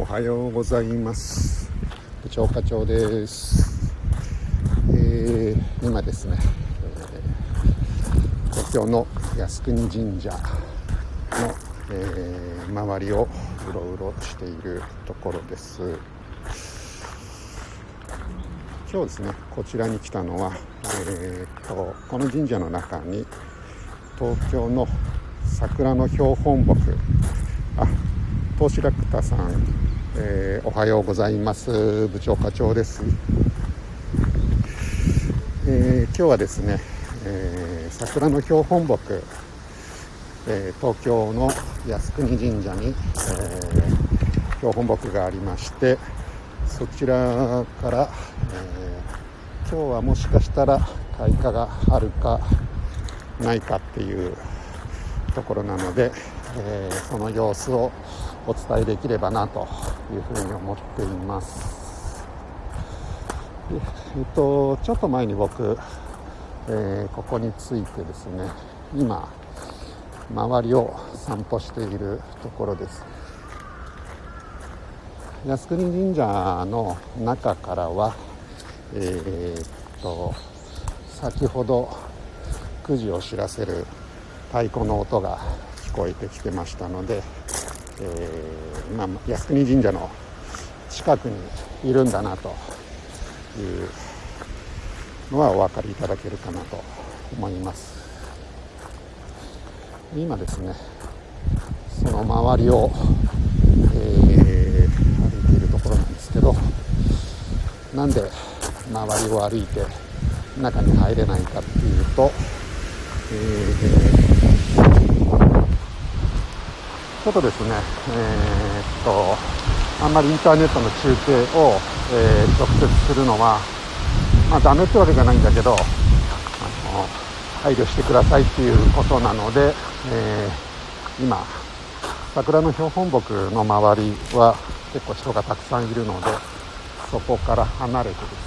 はようございます。部長課長です。今ですね、東京の靖国神社の、周りをうろうろしているところです。今日ですね、こちらに来たのは、この神社の中に東京の桜の標本木、トウシラクタさん、おはようございます。部長課長です。今日はですね、桜の標本木、東京の靖国神社に、標本木がありまして、そちらから、今日はもしかしたら開花があるかないかっていうところなので、その様子をお伝えできればなというふうに思っています。ちょっと前に僕、ここについてですね、今周りを散歩しているところです。靖国神社の中からは、先ほど9時を知らせる太鼓の音が聞こえてきてましたので、靖国神社の近くにいるんだなというのはお分かりいただけるかなと思います。今ですね、その周りを、歩いているところなんですけど、なんで周りを歩いて中に入れないかっていうと、ちょっとですね、あんまりインターネットの中継を、直接するのは、ダメってわけじゃないんだけど、配慮してくださいっていうことなので、今桜の標本木の周りは結構人がたくさんいるので、そこから離れてですね、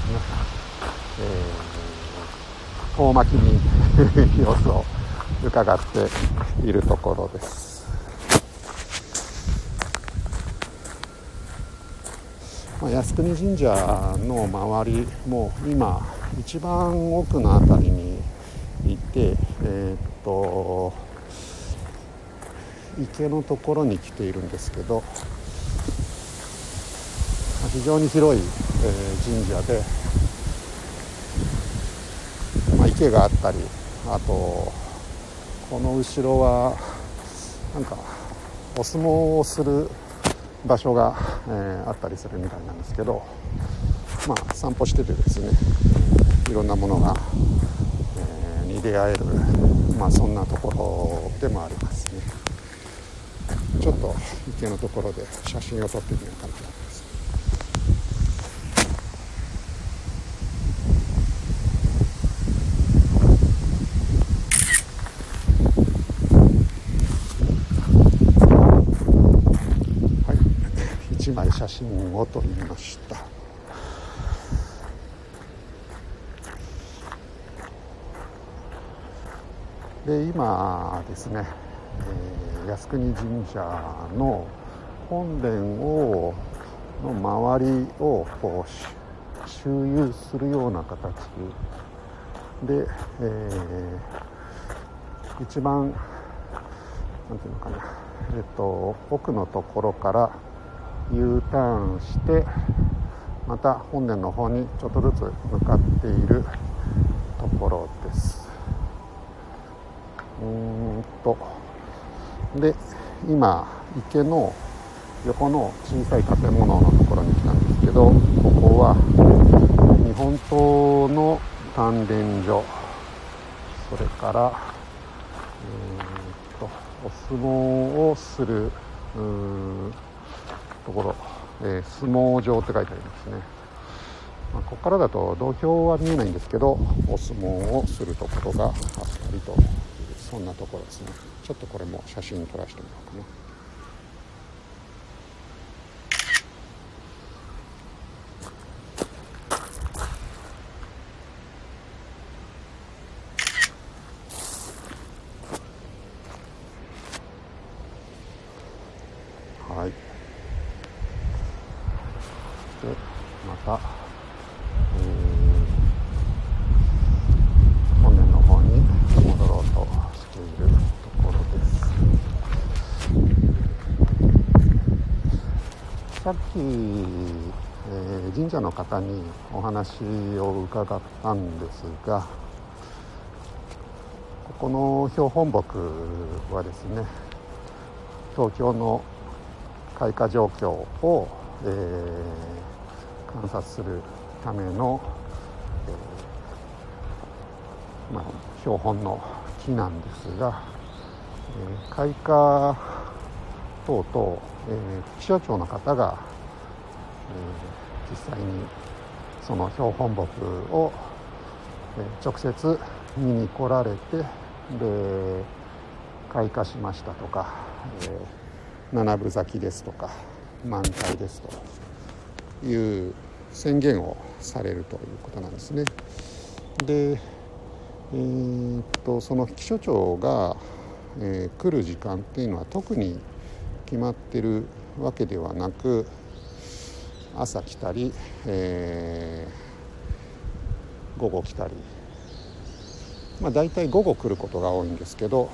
遠巻きに様子を伺っているところです。靖国神社の周りも今一番奥のあたりにいて、池のところに来ているんですけど、非常に広い、神社で、池があったり、あとこの後ろはなんかお相撲をする場所が、あったりするみたいなんですけど、散歩しててですね、いろんなものが、に出会える、そんなところでもありますね。ちょっと池のところで写真を撮ってみようかなと思います。はい、1枚写真を撮りました。で、今ですね、靖国神社の本殿の周りをこう周遊するような形で、一番なんていうのかな、奥のところから U ターンしてまた本殿の方にちょっとずつ向かっているところです。で、今池の横の小さい建物のところに来たんですけど、ここは日本刀の鍛錬所、それからお相撲をするところ、相撲場って書いてありますね。ここからだと土俵は見えないんですけど、お相撲をするところがあったりという、そんなところですね。ちょっとこれも写真撮らせてもらおうかな。はい、 また、本殿の方に戻ろうとしているところです。さっき、神社の方にお話を伺ったんですが、ここの標本木はですね、東京の開花状況を、観察するための、標本の木なんですが、開花等々、気象庁の方が、実際にその標本木を、直接見に来られて、で開花しましたとか、七分咲きですとか満開ですという宣言をされるということなんですね。で、その気象庁が、来る時間っていうのは特に決まってるわけではなく、朝来たり、午後来たり、だいたい午後来ることが多いんですけど、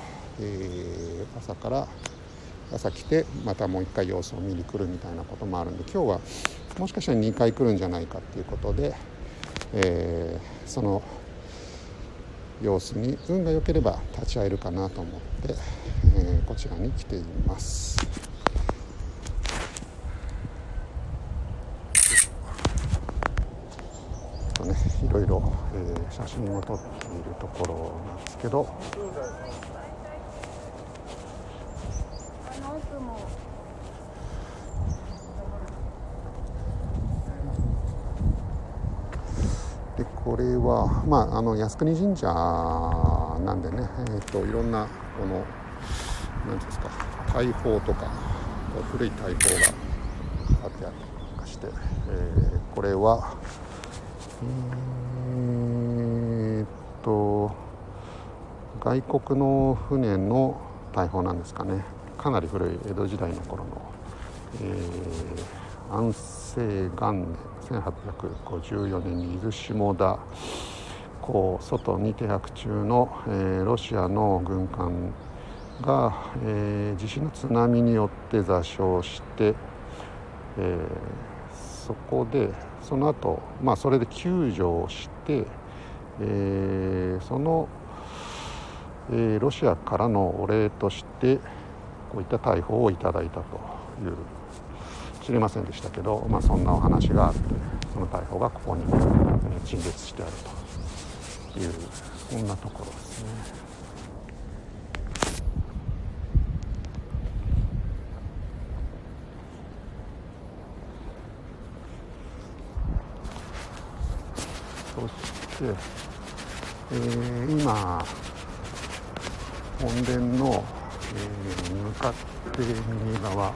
朝来てまたもう一回様子を見に来るみたいなこともあるんで、今日はもしかしたら2回来るんじゃないかっていうことで、その様子に運が良ければ立ち会えるかなと思って、こちらに来ています。いろいろ、写真を撮っているところなんですけど、でこれは、靖国神社なんでね、いろんなこの何ていうんですか、大砲とか古い大砲があってあったりとかして、これは外国の船の大砲なんですかね。かなり古い江戸時代の頃の、安政元年1854年に伊豆下田港外に停泊中の、ロシアの軍艦が、地震の津波によって座礁して、そこでその後、それで救助をして、その、ロシアからのお礼としてこういった大砲をいただいたという、知りませんでしたけど、そんなお話があって、その大砲がここに陳列してあるという、そんなところですね。そして、今本殿の、向かって右側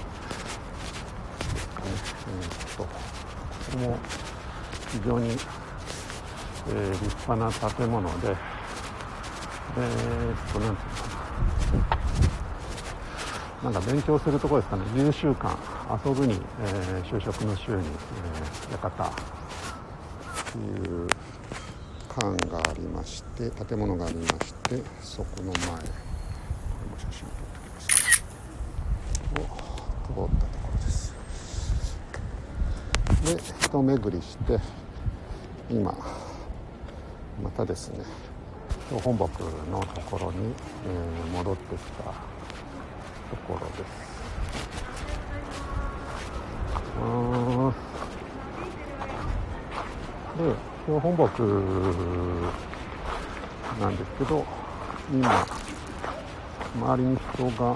ですかね、ここも非常に、立派な建物で、なんていうのかな、勉強するところですかね。10週間遊ぶに、就職の週に、館という館がありまして、建物がありまして、そこの前、これも写真を撮っておきますを通ったところです。で、一巡りして今またですね、標本木のところに、戻ってきたところです。で、標本木なんですけど、今周りに人が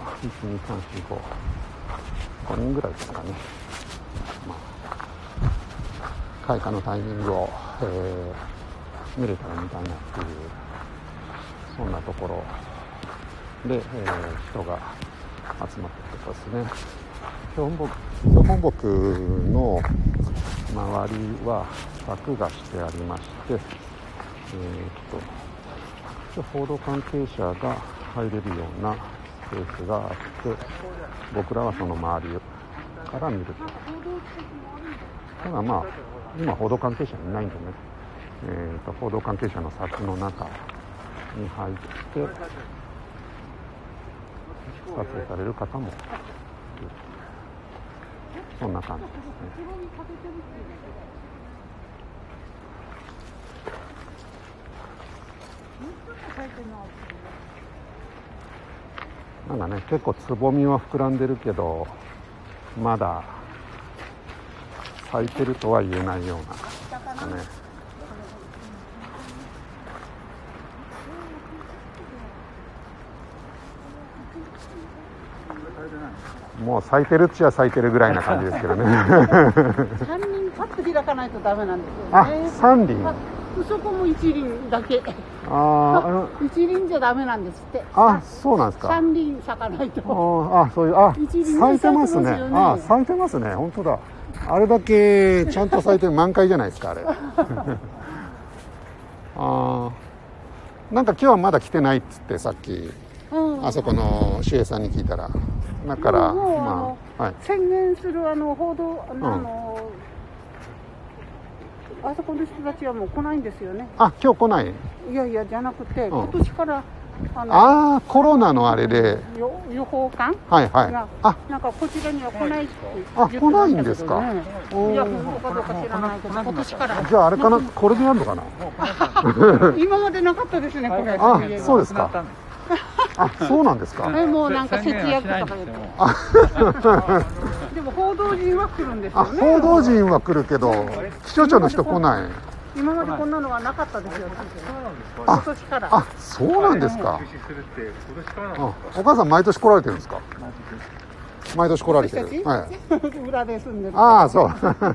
5人ぐらいですかね。開花のタイミングを、見れたら見たいなっていう、そんなところで、人が集まっているとですね。標本木の周りは柵がしてありまして、報道関係者が入れるようなスペースがあって、僕らはその周りから見るとただまあ今報道関係者いないんでね、報道関係者の柵の中に入って撮影される方もいる、そんな感じですね。なんかね、結構つぼみは膨らんでるけどまだ咲いてるとは言えないような感じですかね。もう咲いてるっちゃ咲いてるぐらいな感じですけどね。 三輪パッと開かないとダメなんですよね。 あ、三輪。 そこも一輪だけ。一輪じゃダメなんですって。 あ、そうなんですか。 三輪咲かないと。 そういう、咲いてますね。咲いてますね。本当だ。あれだけちゃんと咲いてる満開じゃないですか、あれ。なんか今日はまだ来てないっつってさっき、あそこの守衛さんに聞いたら、だからまあ、宣言する報道あそこの人たちはもう来ないんですよね。 あ、今日来ない？ いやいやじゃなくて、今年からコロナのあれで予報官がなんかこちらには来ないって言ってましたけどね。来ないんですか。 いや本当かどうか知らないけど今年からじゃああれかな、これでやるのかな。 今までなかったですね、これ。 そうですか。そうなんですか。 もうなんか節約とか言って。でも報道陣は来るんですよね。 報道陣は来るけど気象庁の人来ない。 今までこんなのはなかったですよ。今年から。 そうなんですか。お母さん毎年来られてるんですか。毎年来られてる。 裏で住んでる。 そう。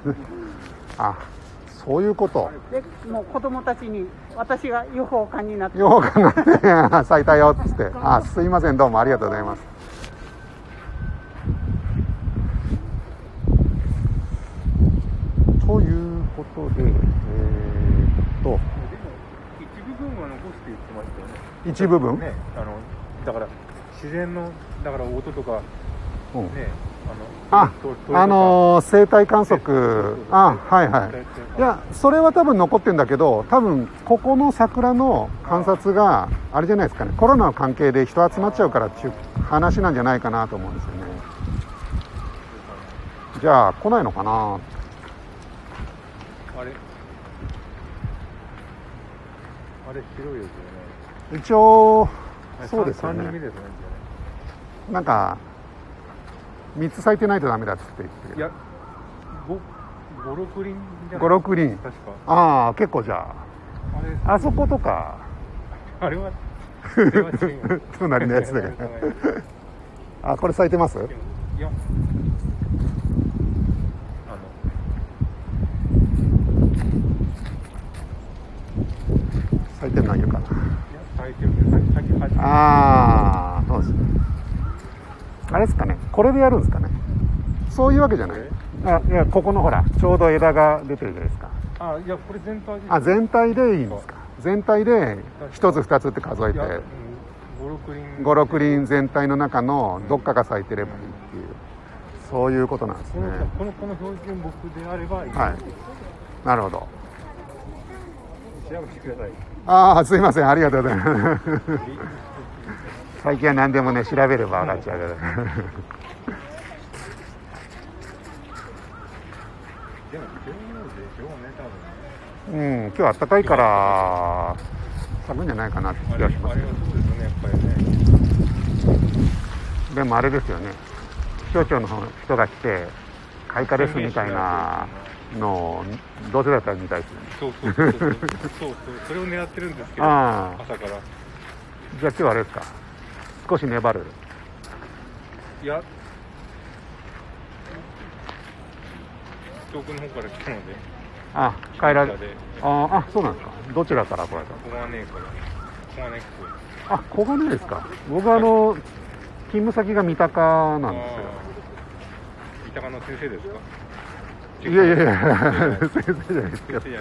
そういうこと。 でもう子供たちに私が予報官になって。 予報官になって咲いたよっつって。すいません、どうもありがとうございます。ということで、 一部分は残すって言ってましたよね。 一部分？ ね、だから自然の音とか、ね、 生態観測、いや、それは多分残ってるんだけど、多分ここの桜の観察があれじゃないですかね、コロナの関係で人集まっちゃうからっていう話なんじゃないかなと思うんですよね。じゃあ来ないのかな。 あれ広いですよね。 一応そうですよね。 3人目ですね。 なんか3つ咲いてないとダメだっつって言ってる。 いや、5、6輪じゃない。 5、6輪。 確か。 結構じゃあ。あそことか。 あれは隣のやつだけど。これ咲いてます？ いや。 咲いてるのはいるかな。 咲いてるね。 そうです。あれですかね。これでやるんですかね。そういうわけじゃない。いや、ここのほらちょうど枝が出てるじゃないですか。 いや、これ全体で。 全体でいいんですか。全体で1つ2つって数えて、5、6輪全体の中のどっかが咲いてればいいっていう、そういうことなんですね。 この標準木であればいい。 なるほど。 調べてください。 すいません、ありがとうございます。最近は何でもね、調べれば分かっちゃうから。今日は暖かいから咲くんじゃないかなって気がします。でもあれですよね、気象庁の人が来て開花ですみたいなのをどうせだったら見たいですよね。 そうそれを狙ってるんですけど、朝から。じゃあ今日はあれですか、少し粘る？ いや、遠くの方から来たので。 帰られ。そうなんですか。どちらから来られた？ 小金井から。小金井区。 小金井ですか。僕勤務先が三鷹なんですよ。 三鷹の先生ですか？ いや先生じゃないですけど。 あれ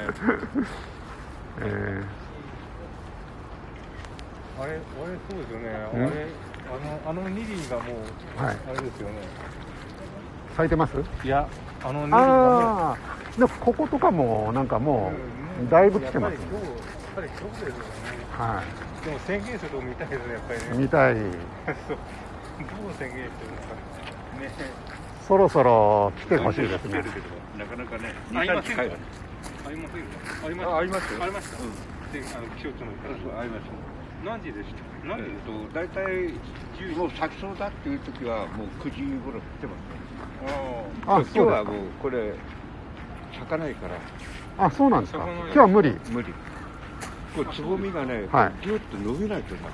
そうですよね。あの二輪がもう、あれですよね。 咲いてます？ いや、二輪がもうでもこことかもなんかもうだいぶ来てますね。 やっぱり今日ですよね。 はでも宣言するとこ見たいですね、やっぱりい。 ね。 見たい。 そう。どう宣言してるのかね。 そろそろ来てほしいですね。 なかなかね、 あります 2、3回はありますよ。あります。 ありますよ。 ありました。で、気象庁のありますよ。 何時でした？何時でした？ 大体もう咲きそうだっていう時はもう9時頃来てますね。 あ、 今日そうですか。 はもうこれ咲かないからあ、そうなんですか。 咲かない今日は無理。 無理。これつぼみがね、 はいギュッと伸びないとだから。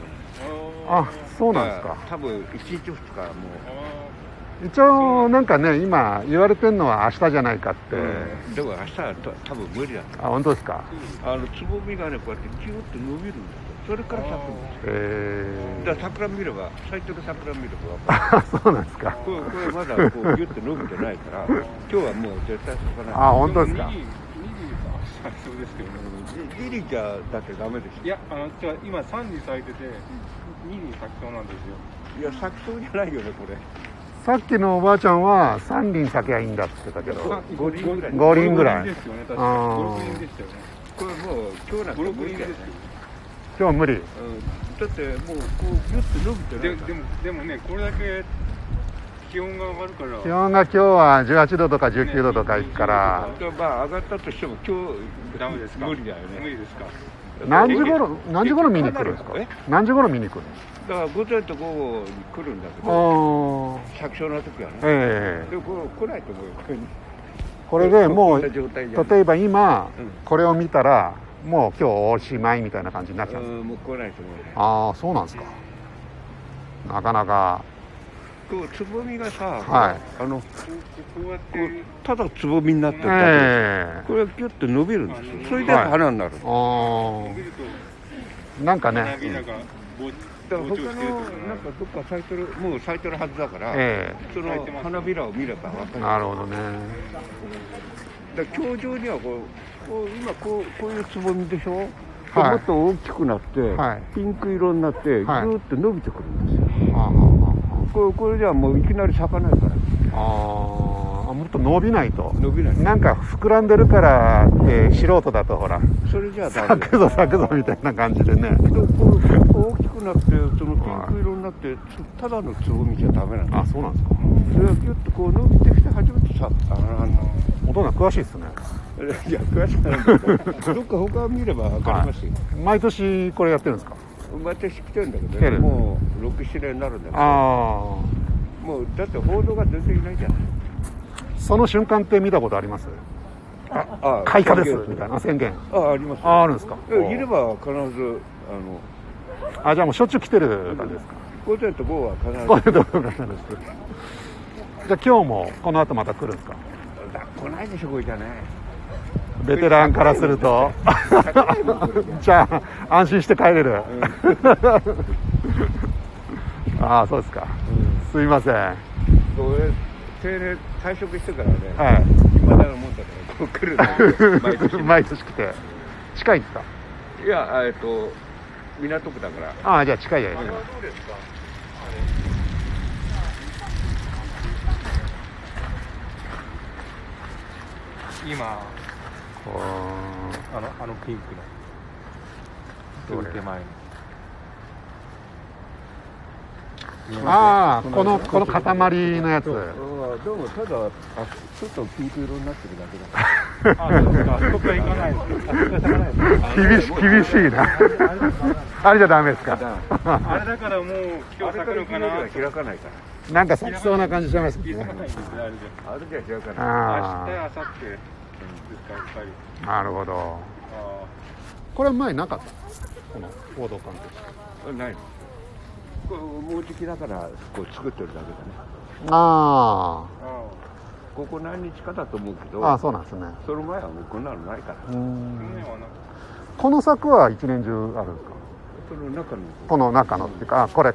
あ、そうなんですか。 多分1日2日も一応なんかね、今言われてるのは明日じゃないかって。 う、でも明日は多分無理だ。 あ、本当ですか。 つぼみがね、こうやってギュッと伸びるんですよ。それから咲くんですよ。だから桜見れば、咲いてる桜見れば分かる。 あ、そうなんですか。 これまだこうギュッと伸びてないから、今日はもう絶対咲かない。 あ、本当ですか。 2時は咲きそうですけどね。 ギリじゃだってダメでしいや、今3時咲いてて、2時咲きそうなんですよ。 ょ。いや、咲きそうじゃないよね、これ。 さっきのおばあちゃんは3輪咲きゃいいんだって言ってたけど。 5輪ぐらい。 5輪ぐらい。 ですよね、確かあー 5、6輪でしたよね。 これもう今日なんて 5、6 無理だよね輪ですよ。 今日は無理。 だってもうこうギュッと伸びてないから。 でもね、これだけ気温が上がるから。 気温が今日は18度とか19度とかいくからまあ上がったとしても今日ダメですか？ 無理だよね。 無理ですか？ 何時頃見に来るんですか？何時頃見に来るんですか？ だから午前と午後に来るんだけど、 あ百姓の時はね。 ええでもこれ来ないと思うよ。 これでもうこんな状態じゃん例えば今うんこれを見たらもう今日おしまいみたいな感じになっちゃうんですか？ もう来ないと思うね。 ああ、そうなんですか。なかなか。 こうつぼみがさ、 はいここうやっうて、 ただつぼみになってるだけで、 ええこれがギュッと伸びるんですよ。それで花になる。 あ伸びるとあ、なんか花ね、 びらがだから他のなんかどっか咲いてる、もう咲いてるはずだから、 えその花びらを見れば分かえ、 る。 なるほどね。 だから今日中には今こういうつぼみでしょ、 はいもっと大きくなって、 はいピンク色になって、ぐはいーっと伸びてくるんですよ。 あこれじゃもういきなり咲かないからあ、もっと伸びないと。 伸びない。 なんか膨らんでるからって素人だとほらそれじゃダメ咲くぞ咲くぞみたいな感じでね。 こう大きくなってそのピンク色になってただのつぼみじゃダメなんだ。 あ、そうなんですか。 それがギュッとこう伸びてきて初めて咲く。 お父さん詳しいですね。 いや詳しくないんだけど、どっか他見れば分かりますよ。 毎年これやってるんですか？ 毎年来てるんだけどね、 来てるもう6、7年になるんだけど、 あもうだって報道が全然いないじゃない。 あ、その瞬間って見たことあります？開花ですみたいな宣言。 あります。 あるんですか？ いれば必ずあ、じゃあもうしょっちゅう来てる感じですか？ 午前と午後は必ず。 こういうところがあるんです。じゃあ今日もこの後また来るんですか？ 来ないでしょこれじゃね。 ベテランからするとじゃあ安心して帰れる、ああ、そうですか、すいません。 俺定年退職してからね、 はい今だのもんだからこう来るんだよ毎年毎年来て。近いんですか？ いや港区だから。 ああ、じゃあ近いや。 そうですか。今ピンクの手前に。 ああ、この塊のやつ。 でもただちょっとピンク色になってるだけだ。 あ、そうですか。そこは行かないです。 厳しいな。あれじゃダメですか？ あれだからもう今日咲くのかな。 開かないから。 なんか咲きそうな感じしますね。 開かないんですね、あれで。 あれじゃ開かない。 あ明日、明後日ですか、やっぱり。 あ、なるほど。これ前なかった？この報道関係。 ないの。これもうじきだからこう作ってるだけだね。 あここ何日かだと思うけど。 あ、そうなんですね。 その前はもうこんなのないから。 この柵は一年中あるんですか？ その中の。 この中のっていうか、これ。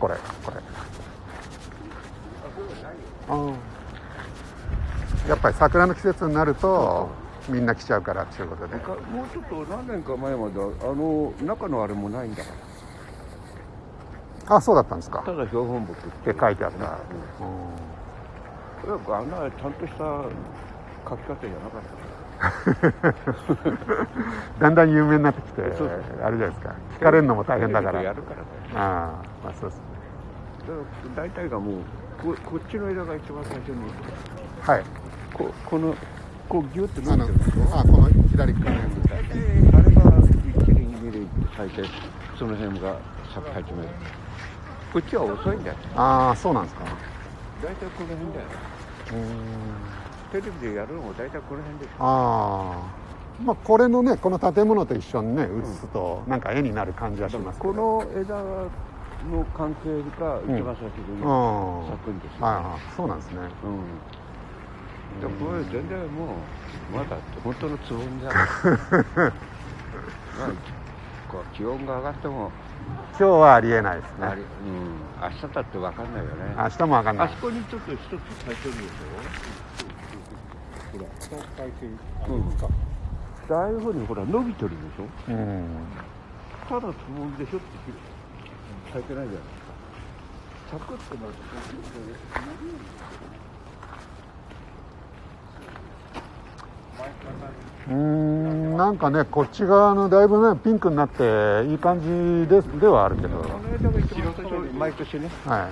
やっぱり桜の季節になるとみんな来ちゃうからっていうことで。 もうちょっと何年か前まで中のあれもないんだから。 あ、そうだったんですか。 ただ標本木って書いてあった。 あんなちゃんとした書き方じゃなかった。 だんだん有名になってきて、 そうあれじゃないですか、聞かれるのも大変だから。 やるからね。 ああ、まあそうですね。 大体がもうこっちの枝が一番最初にはい。 このこうギュッて伸びてるでしょ。 この左側のやつ。 大体あれが1ミリ2ミリって咲いてその辺が咲き始める。こっちは遅いんだよ。 ああ、そうなんですか。 大体この辺だよ。テレビでやるのも大体この辺でしょ。 ああ、まあこれのね、この建物と一緒にね写すとなんか絵になる感じはしますけど。 この枝の関係が一番先に咲くんですよ。 ああ、そうなんですね。 でもこれ全然もうまだ本当のつぼみだ。まあこう気温が上がっても今日はありえないですね。 明日だって分かんないよね。 明日も分かんない。 あそこにちょっと一つ咲いてるでしょ。ほら、咲いてる。ああいうふうにほら伸びてるでしょ。ただつぼみでしょって咲いてないじゃないですか。咲くってなるとなんかね、こっち側のだいぶねピンクになっていい感じではあるけど。 この枝が一番最初に毎年ね。 はい。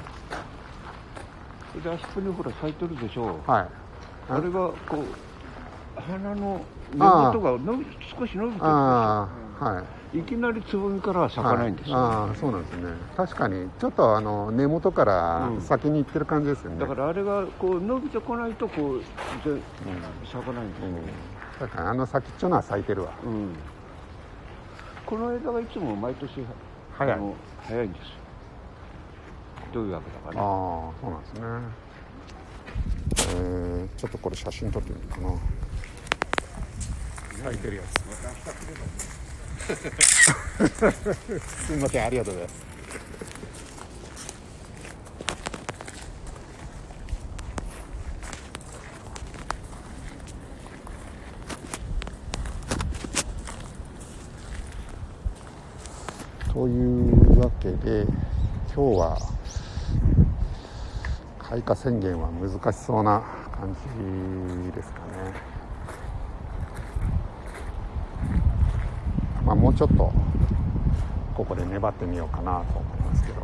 であそこにほら咲いてるでしょ。 はい。 あれがこう花の根元が少し伸びてるでしょ。はい。いきなりつぼみからは咲かないんですよ。 ああ、そうなんですね。確かにちょっと根元から先に行ってる感じですよね。 だからあれがこう伸びてこないとこう咲かないんですよ。 だから先っちょのは咲いてるわ。 この枝がいつも毎年早いんですよ。どういうわけだかね。 ああ、そうなんですね。ちょっとこれ写真撮ってみるかな。咲いてるやつ。すみません、ありがとうございます。というわけで今日は開花宣言は難しそうな感じですかね。まあもうちょっとここで粘ってみようかなと思いますけど、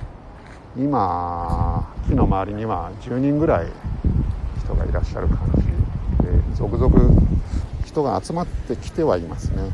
今木の周りには10人ぐらい人がいらっしゃる感じで、続々人が集まってきてはいますね。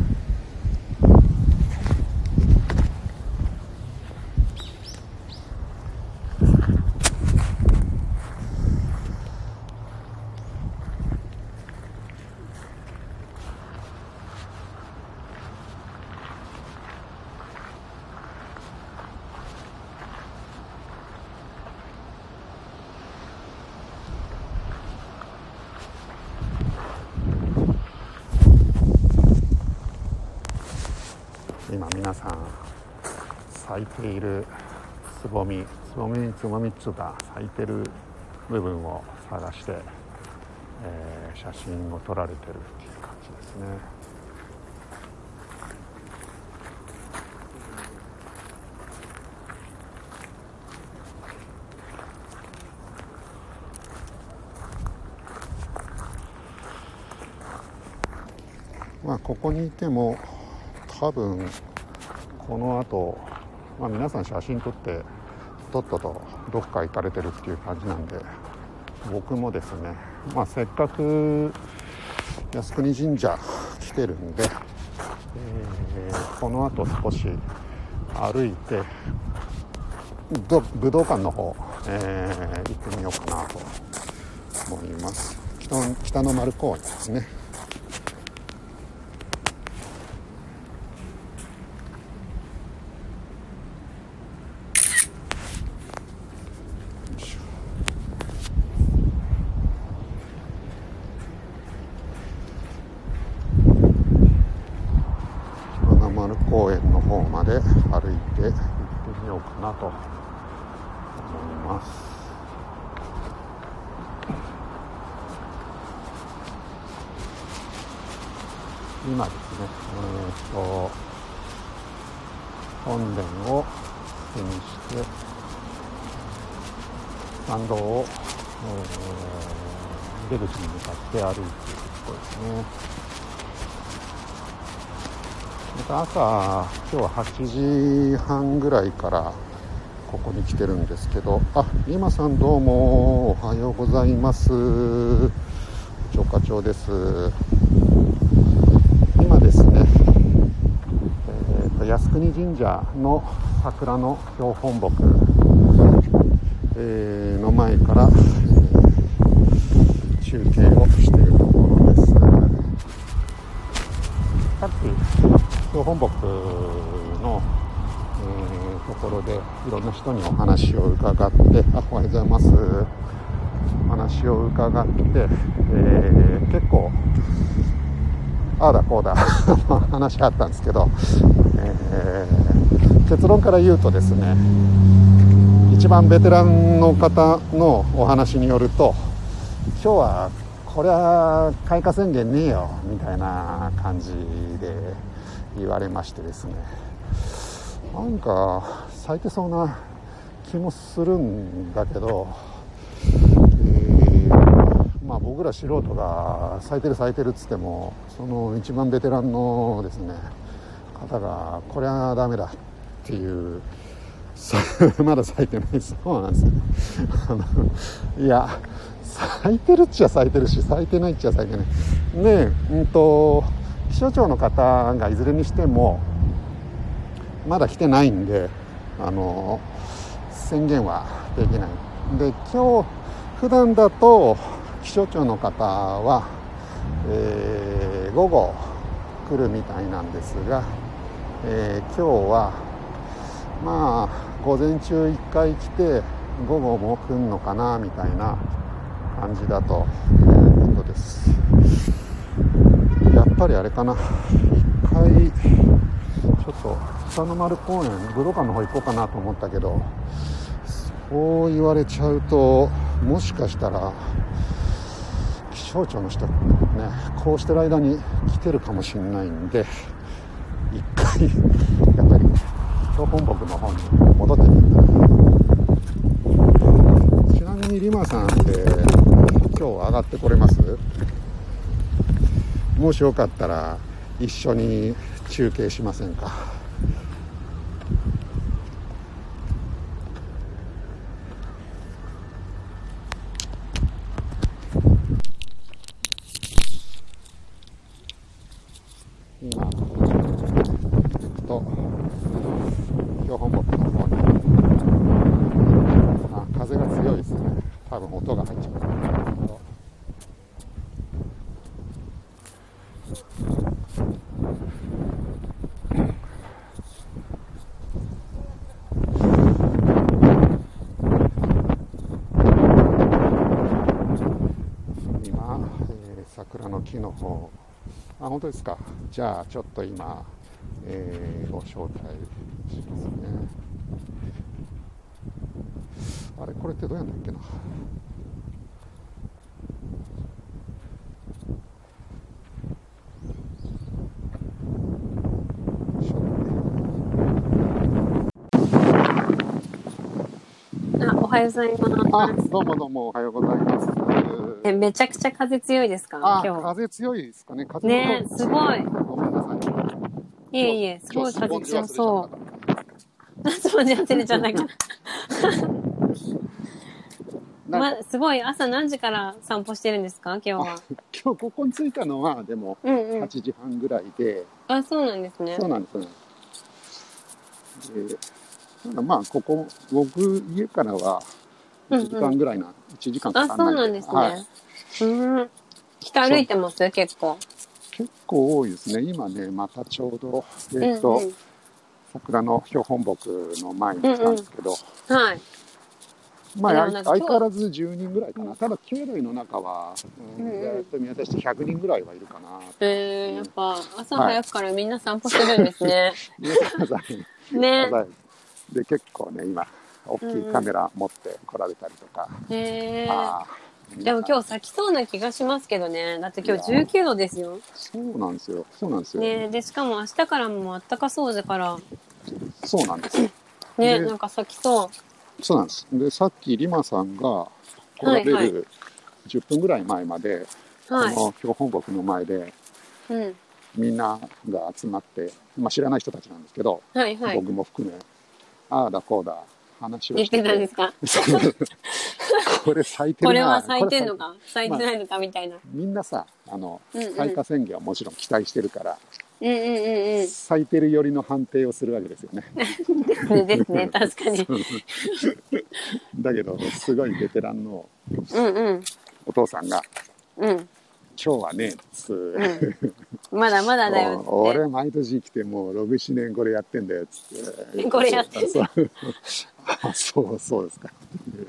今皆さん咲いているつぼみっつうか咲いてる部分を探して、写真を撮られてるっていう感じですね。まあここにいても多分この後、皆さん写真撮ってとっととどっか行かれてるっていう感じなんで、僕もですね、せっかく靖国神社来てるんで、この後少し歩いて武道館の方、行ってみようかなと思います。北の丸公園ですね。公園の方まで歩いて行ってみようかなと思います。今ですね、本殿を手にして参道を出口に向かって歩いているところですね。また朝、今日は8時半ぐらいからここに来てるんですけど、リマさんどうもおはようございます。長課長です。今ですね、靖国神社の桜の標本木、の前から中継をしているところです。さっき標本木の、ところでいろんな人にお話を伺って、おはようございます。お話を伺って、結構ああだこうだ話あったんですけど、結論から言うとですね、一番ベテランの方のお話によると、今日はこれは開花宣言ねえよみたいな感じで言われましてですね、なんか咲いてそうな気もするんだけど、僕ら素人が咲いてるっつっても、その一番ベテランのですね方がこれはダメだっていうまだ咲いてない。そうなんですよいや、咲いてるっちゃ咲いてるし、咲いてないっちゃ咲いてないで、気象庁の方がいずれにしてもまだ来てないんで、宣言はできないで、今日普段だと気象庁の方は、午後来るみたいなんですが、今日は午前中1回来て午後も来るのかなみたいな感じだということです。やっぱりあれかな、1回ちょっと北の丸公園武道館の方行こうかなと思ったけど、そう言われちゃうともしかしたら気象庁の人ね、こうしてる間に来てるかもしれないんで、一回やっぱり標本木の方に戻ってみる。ちなみにリマさんって今日上がってこれます？もしよかったら一緒に中継しませんか？今と標本木の方に、風が強いですね。多分音が入っちゃうんですけど、今、桜の木の方、本当ですか。じゃあちょっと今、ご招待しますね。あれ、これってどうやんだっけな。 おはようございます。 どうもおはようございます。 めちゃくちゃ風強いですか？今日。 風強いですかね。風ね、すごい。 ごめんなさい。 いえいえ、すごい風強そう。スポンジ忘れちゃったかな。すごい、朝何時から散歩してるんですか？今日は。 今日ここに着いたのはでも8時半ぐらいで。 そうなんですね。 そうなんですね。ここ僕家からは1時間ぐらい1時間かかんない。 そうなんですね。人歩いてます？結構多いですね。今ね、またちょうど桜の標本木の前に来たんですけど、 はい。 相変わらず10人ぐらいかな。ただ境内の中はずっと見渡して100人ぐらいはいるかな。 やっぱ朝早くからみんな散歩するんですね。 ね。で結構ね、今大きいカメラ持って来られたりとか。 でも今日咲きそうな気がしますけどね。だって今日19度ですよ。 そうなんですよ。 ね、でしかも明日からも暖かそうだから。 そうなんですよ。 ね、なんか咲きそう。 そうなんです。で、さっきリマさんが来られる 10分ぐらい前まで、 はい。 この標本木の前でうん。 みんなが集まって、まあ、知らない人たちなんですけど、 はいはい。 僕も含め、ああだこうだ話を言っしてて、 てたんですか？ これ咲いてるな。 これは咲いてんのこか咲いてないのかみたいな。 れみんなさ、 うんうん開花宣言はもちろん期待してるから、 うんうんうんうん。 咲いてるよりの判定をするわけですよね。 ですね、確かに。 だけど、すごいベテランのうんうん。 お父さんが、 うん。 今日はね、 まだまだだよっつって。 俺毎年来てもう6、7年これやってんだよっつって。 これやってんそうあそうですか。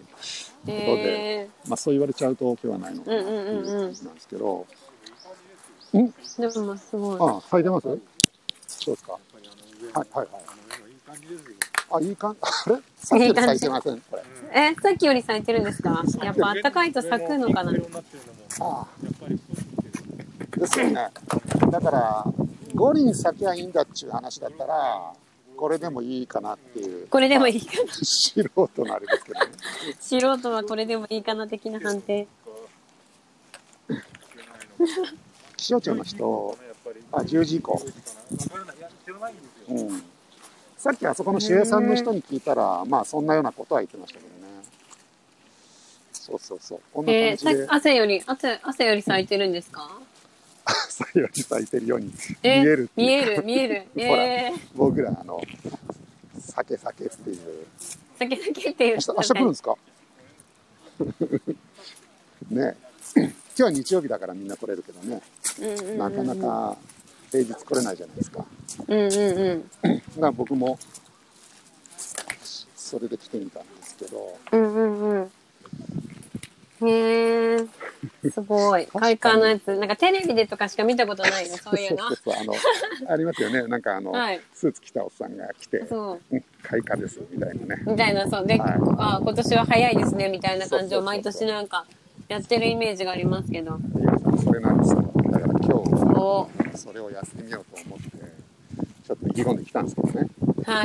まあそう言われちゃうと今日はないのかなっていう感じなんですけど。 でもすごい。 あ、咲いてます？そうですか。はいはいはい。あ、いい感じ。あれ？さっきより咲いてませんこれ。 さっきより咲いてるんですか？やっぱ暖かいと咲くのかな。 ああ。ですよね。だから5輪咲きゃいいんだっていう話だったら、これでもいいかなっていう。 これでもいいかな。 素人のあれですけどね。 素人はこれでもいいかな的な判定。 気象庁の人、10時以降。さっきあそこの守衛さんの人に聞いたら、まあそんなようなことは言ってましたけどね。そう。こんな感じで。 汗より咲いてるんですか？ 朝より咲いてるように見えるっていう。 見える。 ほら、僕ら酒っていう。 酒っていう。 明日来るんですか？ね。今日は日曜日だからみんな来れるけどね。なかなか平日来れないじゃないですか。だから僕もそれで来てみたんですけど。 へえ、すごい。開花のやつ。なんかテレビでとかしか見たことないよ、そういうの。 そうありますよね。なんかスーツ着たおっさんが来て、開花ですみたいなね。 みたいな、そう。で、今年は早いですね、みたいな感じを毎年なんかやってるイメージがありますけど。 それなんですよ。だから今日、それをやってみようと思って、ちょっと意気込んできたんですけどね。 はい。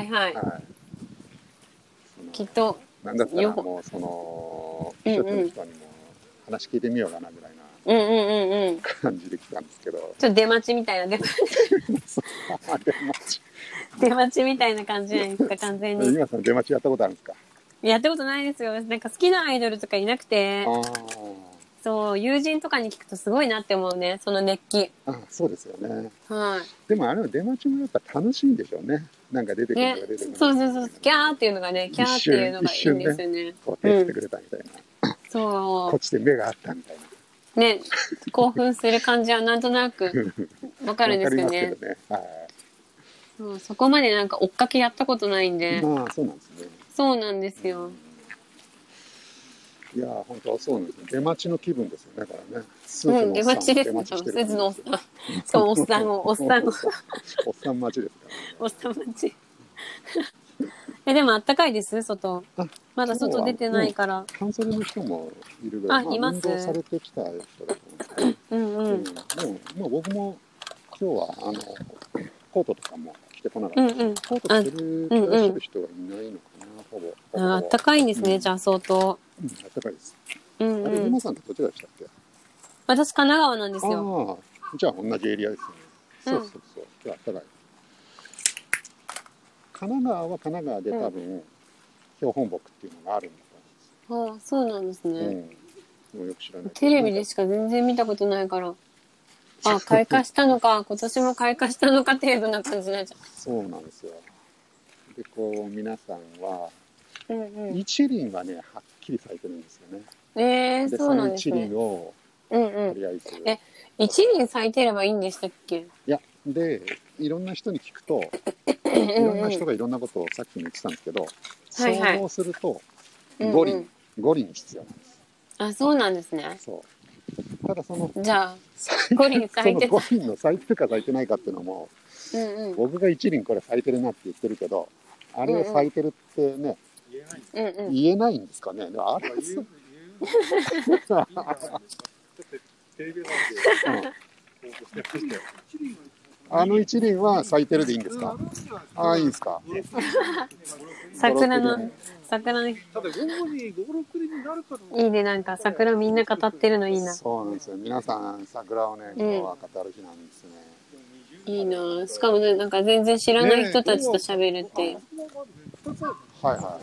きっと。 なんだったらもう気象庁の人にも話聞いてみようかなぐらいな感じで来たんですけど、ちょっと出待ちみたいな出待ちみたいな感じじゃないですか、完全に。 今さん出待ちやったことあるんですか？ やったことないですよ。なんか好きなアイドルとかいなくて、そう友人とかに聞くとすごいなって思うね、その熱気。 そうですよね。 はい。 でもあれは出待ちもやっぱ楽しいんでしょうね。なんか出てくるのが出てくる。 そうキャーっていうのがね、キャーっていうのがいいんですよね。 こう手振ってくれたみたいな。 そう。 こっちで目があったみたいな。 ね、興奮する感じはなんとなくわかるんですよね。そこまでなんか追っかけやったことないんで。 そうなんですね。 そうなんですよ。 いや本当はそうなんですね。出待ちの気分ですよね、だからね。 出待ちです。スーツのおっさん。そう、おっさん待ちですからね。 おっさん待ち。でもあったかいです、外。まだ外出てないから。 半袖の人もいるぐらい。 います。 運動されてきた人だと思うんですけど。でも僕も今日はコートとかも着てこなかった。コート着てる人がいないのかな、ほぼ。 あったかいんですね、じゃあ相当。 あったかいです。あれ、今さんってどちらでしたっけ？ 私、神奈川なんですよ。 じゃあ同じエリアですよね。そう。じゃああったかい。神奈川は神奈川で多分、標本木っていうのがあるんだと思うんです。 そうなんですね。 もうよく知らない。 テレビでしか全然見たことないから。開花したのか、今年も開花したのか程度な感じになっちゃう。 そうなんですよ。で、皆さんは、一輪はね、はっきり咲いてるんですよね。 そうなんですね。 一輪を、とりあえず。 一輪咲いてればいいんでしたっけ？ いや、で、いろんな人に聞くと、いろんな人がいろんなことをさっきも言ってたんですけど、総合すると5輪必要なんです。 そうなんですね。 そう。ただじゃあ、5輪咲いてた。 5輪の咲いてるか咲いてないかっていうのも、僕が一輪これ咲いてるなって言ってるけど、あれが咲いてるってね、言えないんですかね。あれあの一輪は咲いてるでいいんですか？ああ、いいんですか？ 桜の、ただ午後に5、6輪になるかと。 いいね、なんか桜みんな語ってるのいいな。 そうなんですよ。皆さん桜をね、今日は語る日なんですね。 いいな。しかもね、なんか全然知らない人たちと喋るっていう。 はいはいはい。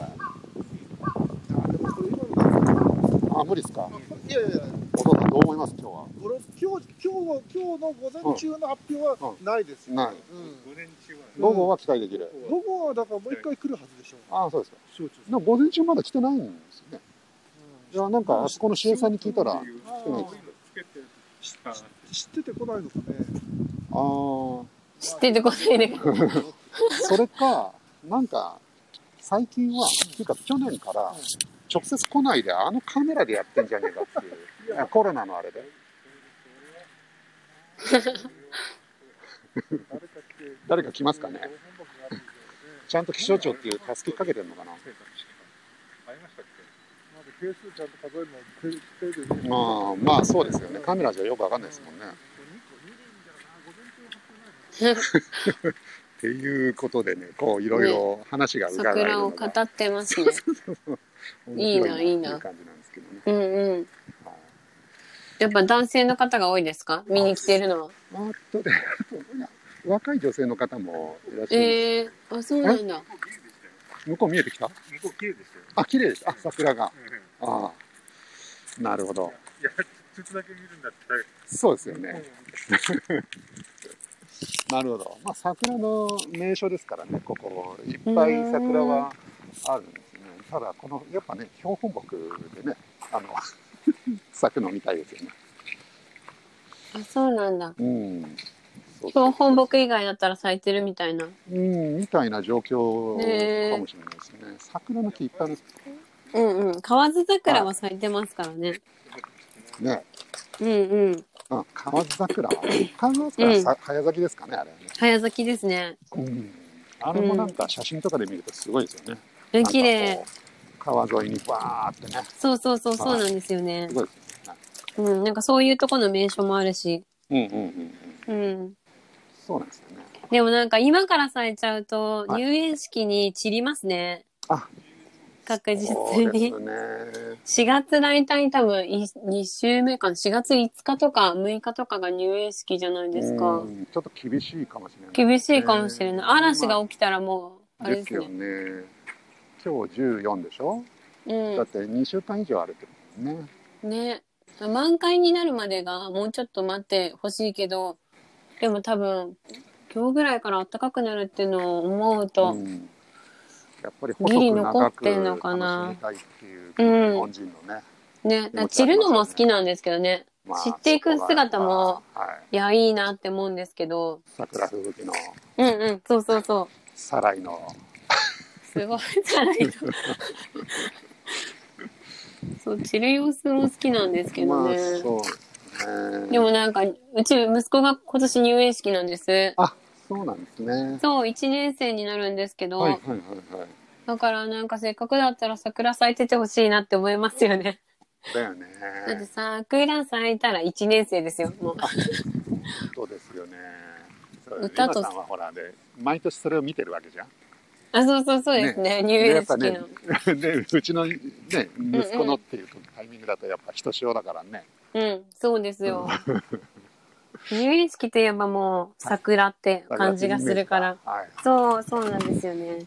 あ、無理ですか？ いやいや、 お父さんどう思います？今日は。 今日の午前中の発表はないですよ。 ない。午後は期待できる。 午後はだからもう一回来るはずでしょう。 ああ、そうですか。でも午前中まだ来てないんですよね。いや、なんかあそこのCAさんに聞いたら来てないです。 知ってて来ないのかね。 ああ。 知っててこないね。 それか、なんか最近は、っていうか去年から直接来ないであのカメラでやってんじゃねえかっていう。コロナのあれで。誰か来ますかね。ちゃんと気象庁っていう助けかけてるのかな。まあそうですよね。カメラじゃよくわかんないですもんね。っていうことでね、こういろいろ話が伺えるのが、 桜を語ってますね。いいな、いいな。 感じなんですけどね。 うんうん。やっぱ男性の方が多いですか？見に来てるのは。 若い女性の方もいらっしゃる。 あ、そうなんだ。 向こう見えてきた？ 向こう綺麗ですよ。 あ、綺麗です。あ、桜が。ああ、なるほど。 いや、筒だけ見るんだって。 そうですよね。なるほど。まあ桜の名所ですからね、ここいっぱい桜はあるんですね。ただこのやっぱね、標本木でね、咲くのみたいですよね。 あ、そうなんだ。 うん。 標本木以外だったら咲いてるみたいな。 みたいな状況かもしれないですね。桜の木いっぱいあるんですけど。うんうん。河津桜は咲いてますからね。 ね。 うんうん。 河津桜は、河津桜は早咲きですかね、あれはね。 早咲きですね。 あれもなんか写真とかで見るとすごいですよね。 綺麗。 川沿いにバーってね。 そうなんですよね。 すごいですね。なんかそういうとこの名所もあるし。 そうなんですよね。 でもなんか今から咲いちゃうと入園式に散りますね。確実に。4月大体多分2週目かな。4月5日とか6日とかが入園式じゃないですか。 ちょっと厳しいかもしれない。 厳しいかもしれない。嵐が起きたらもう、あれですね。 ですよね。今日14でしょ？だって2週間以上あるってことね。 ね。満開になるまでがもうちょっと待ってほしいけど、でも多分、今日ぐらいから暖かくなるっていうのを思うと、 やっぱり細く長く楽しみたいっていう日本人のね。 ね、散るのも好きなんですけどね。散っていく姿も、いや、いいなって思うんですけど。 桜吹雪の。 そう。 サライの。 すごい、サライの。そう、散る様子も好きなんですけどね。でもなんか、うち息子が今年入園式なんです。 あ、そうなんですね。 そう、1年生になるんですけど。だからなんかせっかくだったら桜咲いててほしいなって思いますよね。 だよね。 だって桜咲いたら1年生ですよ、もう。 そうですよね。歌と。さんはほらで、毎年それを見てるわけじゃん。 あ、そうですね。入園式の。 で、うちのね、息子のっていうタイミングだとやっぱひとしおだからね。 そうですよ。入園式といえばもう桜って感じがするから。そうなんですよね。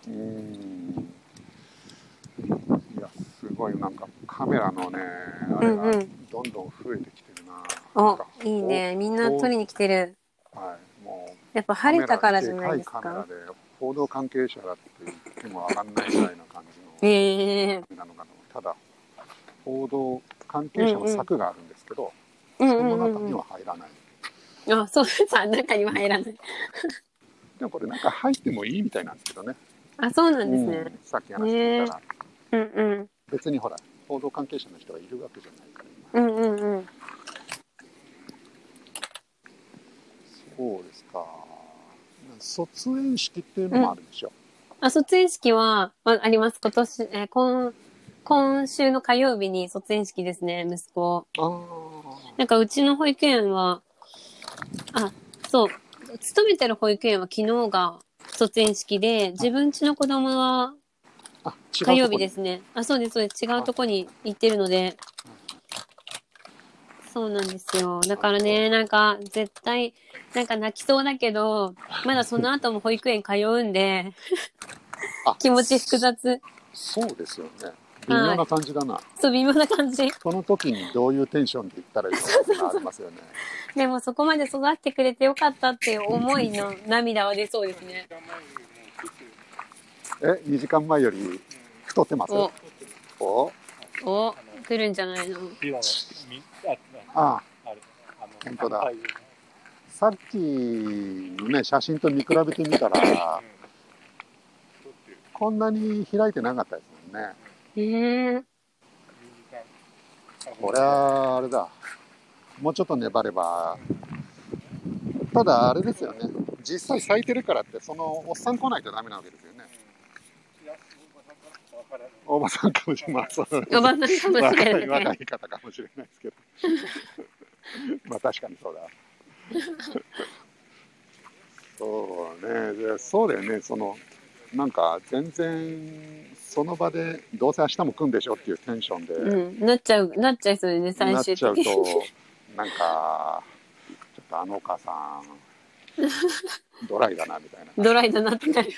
いや、すごいなんかカメラのね、あれがどんどん増えてきてるな。 いいね。みんな撮りに来てる。 もう。 やっぱ晴れたからじゃないですか。 カメラで報道関係者だって言ってもわかんないぐらいな感じの。なのかな。ただ、報道関係者の柵があるんですけど、その中には入らない。 そうさ、中には入らない。 でもこれなんか入ってもいいみたいなんですけどね。 そうなんですね。 さっき話してたら。別にほら、報道関係者の人がいるわけじゃないから今。そうですか。卒園式っていうのもあるでしょ。 卒園式は、あります。今週の火曜日に卒園式ですね、息子。なんかうちの保育園は、 勤めてる保育園は昨日が卒園式で、自分家の子供は火曜日ですね。あ、そうです、そうです。違うとこに行ってるので。そうなんですよ。だからね、なんか、絶対、なんか泣きそうだけど、まだその後も保育園通うんで、気持ち複雑。 そうですよね。微妙な感じだな。 そう、微妙な感じ。 その時にどういうテンションで言ったらいいかありますよね。 でもそこまで育ってくれてよかったっていう思いの涙は出そうですね。 2時間前より太ってます？お、 来るんじゃないの？ ああ、本当だ。さっきのね、写真と見比べてみたら、こんなに開いてなかったですもんね。これはあれだ。もうちょっと粘れば。ただあれですよね。実際咲いてるからって、そのおっさん来ないとダメなわけですよね。おばさんかもしれない。 おばさんかもしれない。 若い方かもしれないですけど。まあ確かにそうだ。そうね。そうだよね。なんか全然その場でどうせ明日も来るんでしょっていうテンションで、 なっちゃいそうね、最終的に。 なっちゃうとなんかちょっとあのお母さんドライだなみたいな。 ドライだなってなる。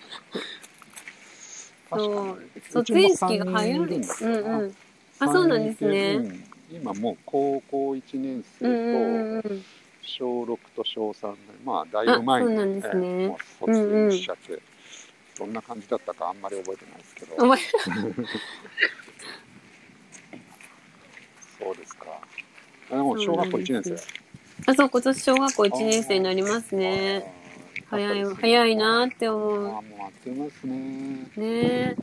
そう、卒園式が早い。あ、そうなんですね。 今もう高校1年生と小6と小3で、まあだいぶ前にもう卒園しちゃって、どんな感じだったかあんまり覚えてないですけど。そうですか。もう小学校1年生。 あ、そう、今年小学校1年生になりますね。早いなって思う。 もうあっという間ですね。 ね。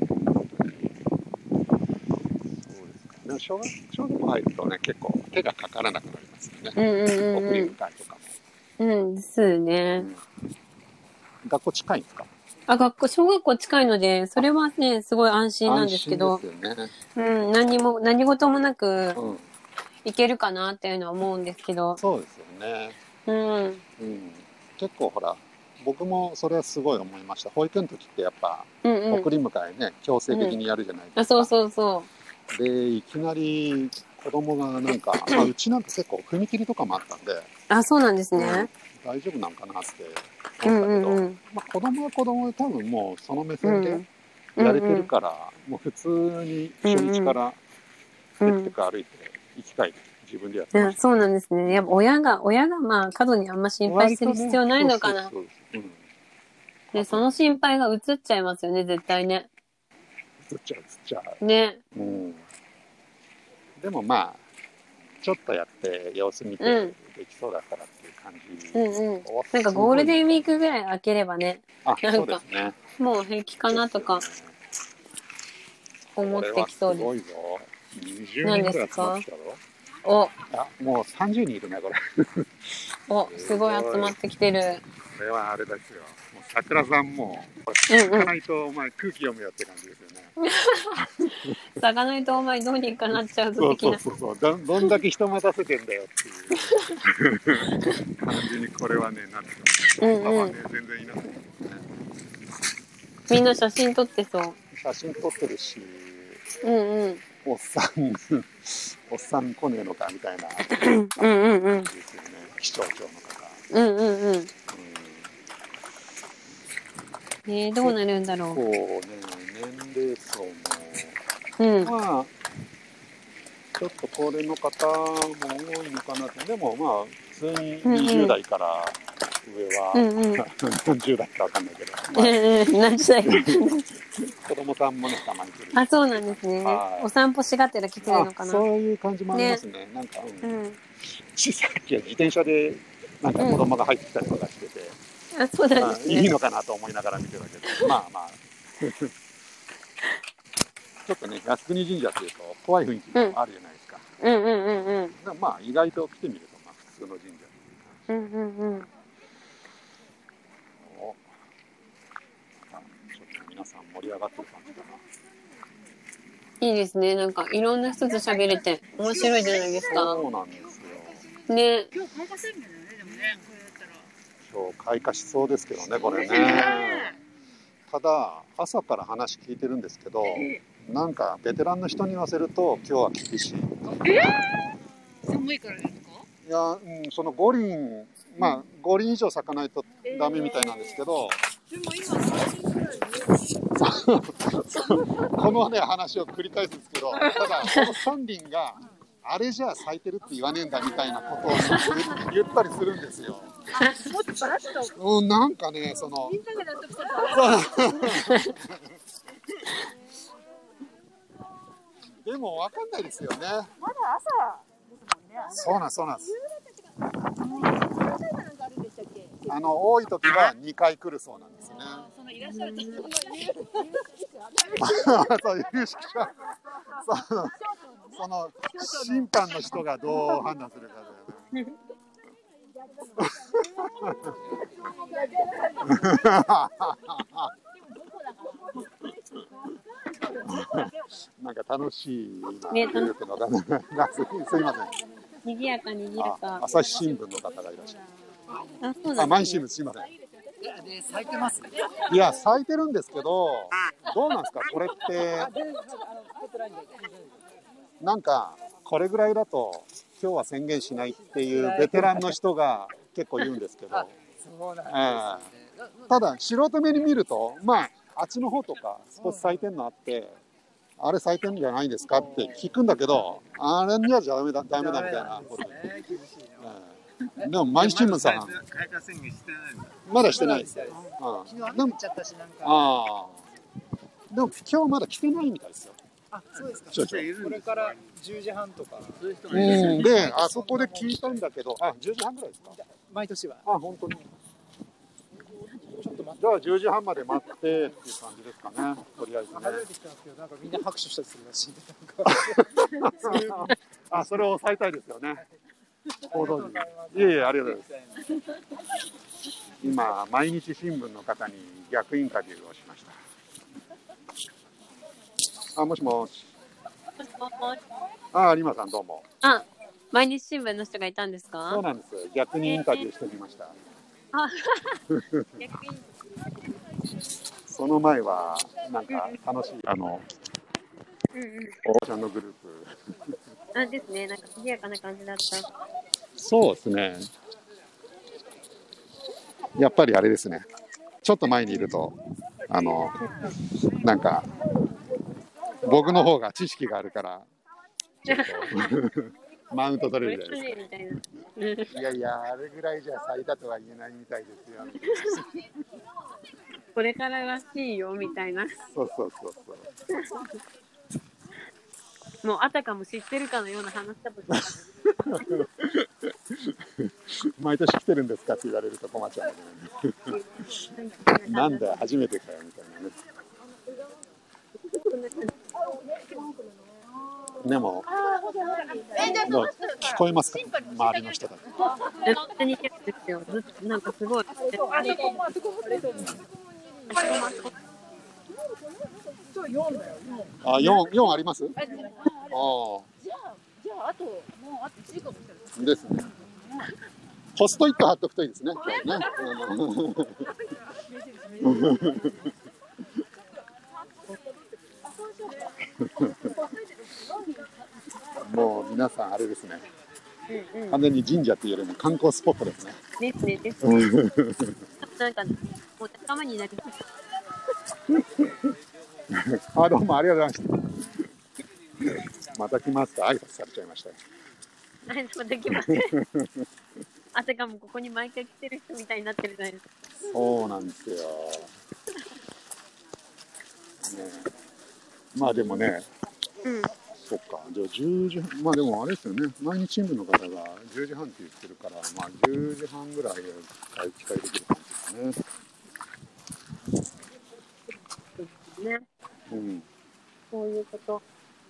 でも小学校入るとね、結構手がかからなくなりますよね。送り迎えとかも。ですね。 学校近いんですか？ 小学校近いので、それはね、すごい安心なんですけど、何事もなく、行けるかなっていうのは思うんですけど。 そうですよね。結構ほら、僕もそれはすごい思いました。保育園の時ってやっぱ、送り迎えね、強制的にやるじゃないですか。 そう。 で、いきなり子供がなんか、うちなんて結構踏切とかもあったんで。 あ、そうなんですね。 大丈夫なんかなって思ったけど、子供は子供で多分もうその目線でやれてるから、もう普通に初日からテクテク歩いて行き帰り自分でやってました。 そうなんですね。やっぱ親がまあ過度にあんま心配してる必要ないのかな。で、その心配が移っちゃいますよね、絶対ね。 移っちゃう。 ね。 でもまあちょっとやって様子見てできそうだったらっていう感じ。 なんかゴールデンウィークぐらい空ければね。なんかもう平気かなとか思ってきそうです。 すごいぞ。20人ぐらい集まってきたぞ。もう30人いるね、これ。 すごい集まってきてる。 これはあれですよ。もう桜さんも、咲かないとお前空気読むよって感じですよね。 咲かないとお前どうにかなっちゃうぞ的な。 そう。どんだけ人待たせてんだよっていう感じにこれはね、なってます。パパね、全然いなくてね。 みんな写真撮ってそう。 写真撮ってるし、おっさん来ねえのかみたいな感じですよね。市長の方。 どうなるんだろう。 年齢層も、まあちょっと高齢の方も多いのかなって。でもまあ普通に20代から上は、何十代かわかんないけど、 何十代か子供さんもねたまに来る。 あ、そうなんですね。お散歩しがてら来てるのかな。 そういう感じもありますね。なんか、さっきは自転車でなんか子供が入ってきたりとかしてて、 そうなんですね。 いいのかなと思いながら見てるけど、まあちょっとね、靖国神社っていうと怖い雰囲気もあるじゃないですか。まあ意外と来てみるとまあ普通の神社っていう感じ。ちょっと皆さん盛り上がってる感じかな。 いいですね。なんかいろんな人と喋れて面白いじゃないですか。 そうなんですよ。 ね。 今日乾かせるんだよね、でもね、これだったら。 今日開花しそうですけどね、これね。ただ朝から話聞いてるんですけど、なんかベテランの人に言わせると今日は厳しい。 寒いからですか？ いや、その5輪、まあ5輪以上咲かないとダメみたいなんですけど、 でも今3輪くらいこのね話を繰り返すんですけど、ただこの3輪があれじゃあ咲いてるって言わねえんだみたいなことを言ったりするんですよ。 もっとバラッと。 なんかね、そのみんなで納得したでも分かんないですよね。 まだ朝ですもんね。 そうなんです。多い時は2回来るそうなんですね。 そのいらっしゃる時のそういう有識者、その審判の人がどう判断するかだよね。なんか楽しいグループの方が、すいません。 にぎやか。 朝日新聞の方がいらっしゃる。毎日新聞すいません。 咲いてます。 いや咲いてるんですけど、どうなんですかこれって。なんかこれぐらいだと今日は宣言しないっていうベテランの人が結構言うんですけど、ただ素人目に見ると、まああっちの方とか少し咲いてるのあって、あれ咲いてるんじゃないんですかって聞くんだけど、あれにはダメだみたいなこと。でも毎日新聞さんまだしてないですよ。でも今日まだ来てないみたいですよ。 あ、そうですか。これから10時半とか。 で、あそこで聞いたんだけど、10時半ぐらいですか。 毎年は。 本当に。ちょっと待って。じゃあ10時半まで待ってっていう感じですかね。とりあえずね。 初めて来たんですけど、なんかみんな拍手したりするらしいんで。 それを抑えたいですよね。報道陣。いえいえ、ありがとうございます。今毎日新聞の方に逆インタビューをしました。もしもし。有馬さんどうも。 毎日新聞の人がいたんですか？ そうなんです。逆にインタビューしてみました。その前はなんか楽しいおばちゃんのグループ。 ですね。なんか賑やかな感じだった。 そうですね。やっぱりあれですね。ちょっと前にいるとなんか僕の方が知識があるからマウント取れるじゃないですか。いやあれぐらいじゃ咲いたとは言えないみたいですよ。 これかららしいよみたいな。 そうもうあたかも知ってるかのような話したことない。 毎年来てるんですかって言われると困っちゃうんだね。なんだ初めてかよみたいなね。でも聞こえますか、周りの人たち。 なんかすごい。 4あります？じゃああともうあと1時間ですね。ポストイット貼っとくといいですね。もう皆さんあれですね。完全に神社っていうよりも観光スポットですね。 ですね。なんかもう仲間になりどうもありがとうございました。また来ますか。挨拶されちゃいましたよ。 また来ます。あたかもここに毎回来てる人みたいになってるじゃないですか。 そうなんですよ。まあでもね。そっか、じゃあ10時半、まあでもあれですよね、毎日新聞の方が10時半って言ってるから、まあ10時半ぐらいで期待できる感じですね。 ね。そういうこと。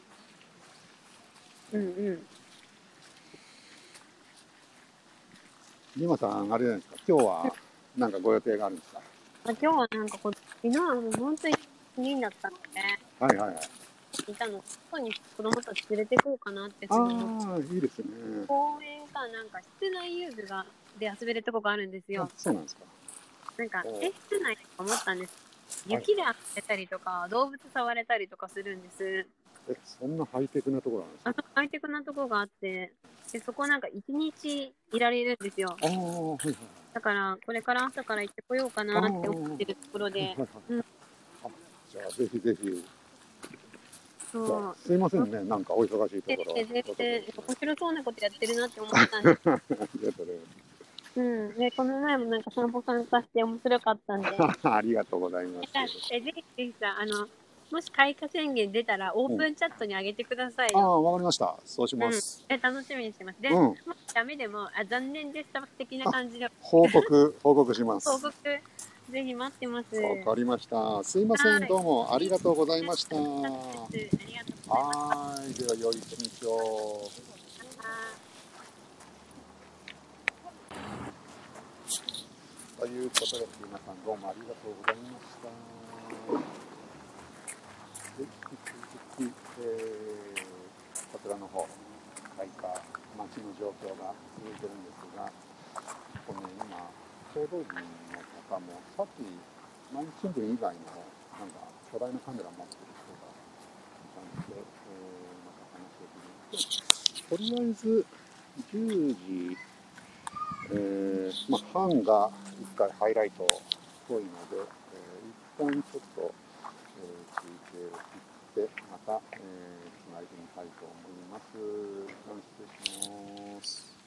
リマさん、あれじゃないですか、今日はなんかご予定があるんですか？ 今日はなんか昨日は本当に4人だったので。いたの、外に子供たち連れてこうかなって。 いいですね。 公園かさ、なんか室内遊具で遊べるとこがあるんですよ。 そうなんですか。 なんか、室内と思ったんです。雪で遊べたりとか、動物触れたりとかするんです。 そんなハイテクなところなんですか？ ハイテクなとこがあって、で、そこなんか1日いられるんですよ。だから、これから朝から行ってこようかなって思ってるところで。 じゃあ、ぜひぜひ。 そう。 すいませんね、なんかお忙しいところ。 全然、面白そうなことやってるなって思ったんです。 ありがとうございます。 で、この前もなんか散歩参加して面白かったんで。 ありがとうございます。 ぜひぜひさ、もし開花宣言出たらオープンチャットに上げてくださいよ。 わかりました。そうします。 楽しみにしてます。で、もしダメでも、残念でした的な感じで。 報告します。 報告、ぜひ待ってます。 わかりました。すいません、どうもありがとうございました。はい、では良い一日を。ということで、皆さんどうもありがとうございました。で、引き続き、こちらの方、開花、街の状況が続いてるんですが、この今、報道陣の方も、さっき、毎日新聞以外の、なんか、巨大なカメラ持ってる人がいたので、また話を聞いて、とりあえず、10時、班が1回ハイライトっぽいので、一旦ちょっと、中継を切って、また、つないでみたいと思います。失礼します。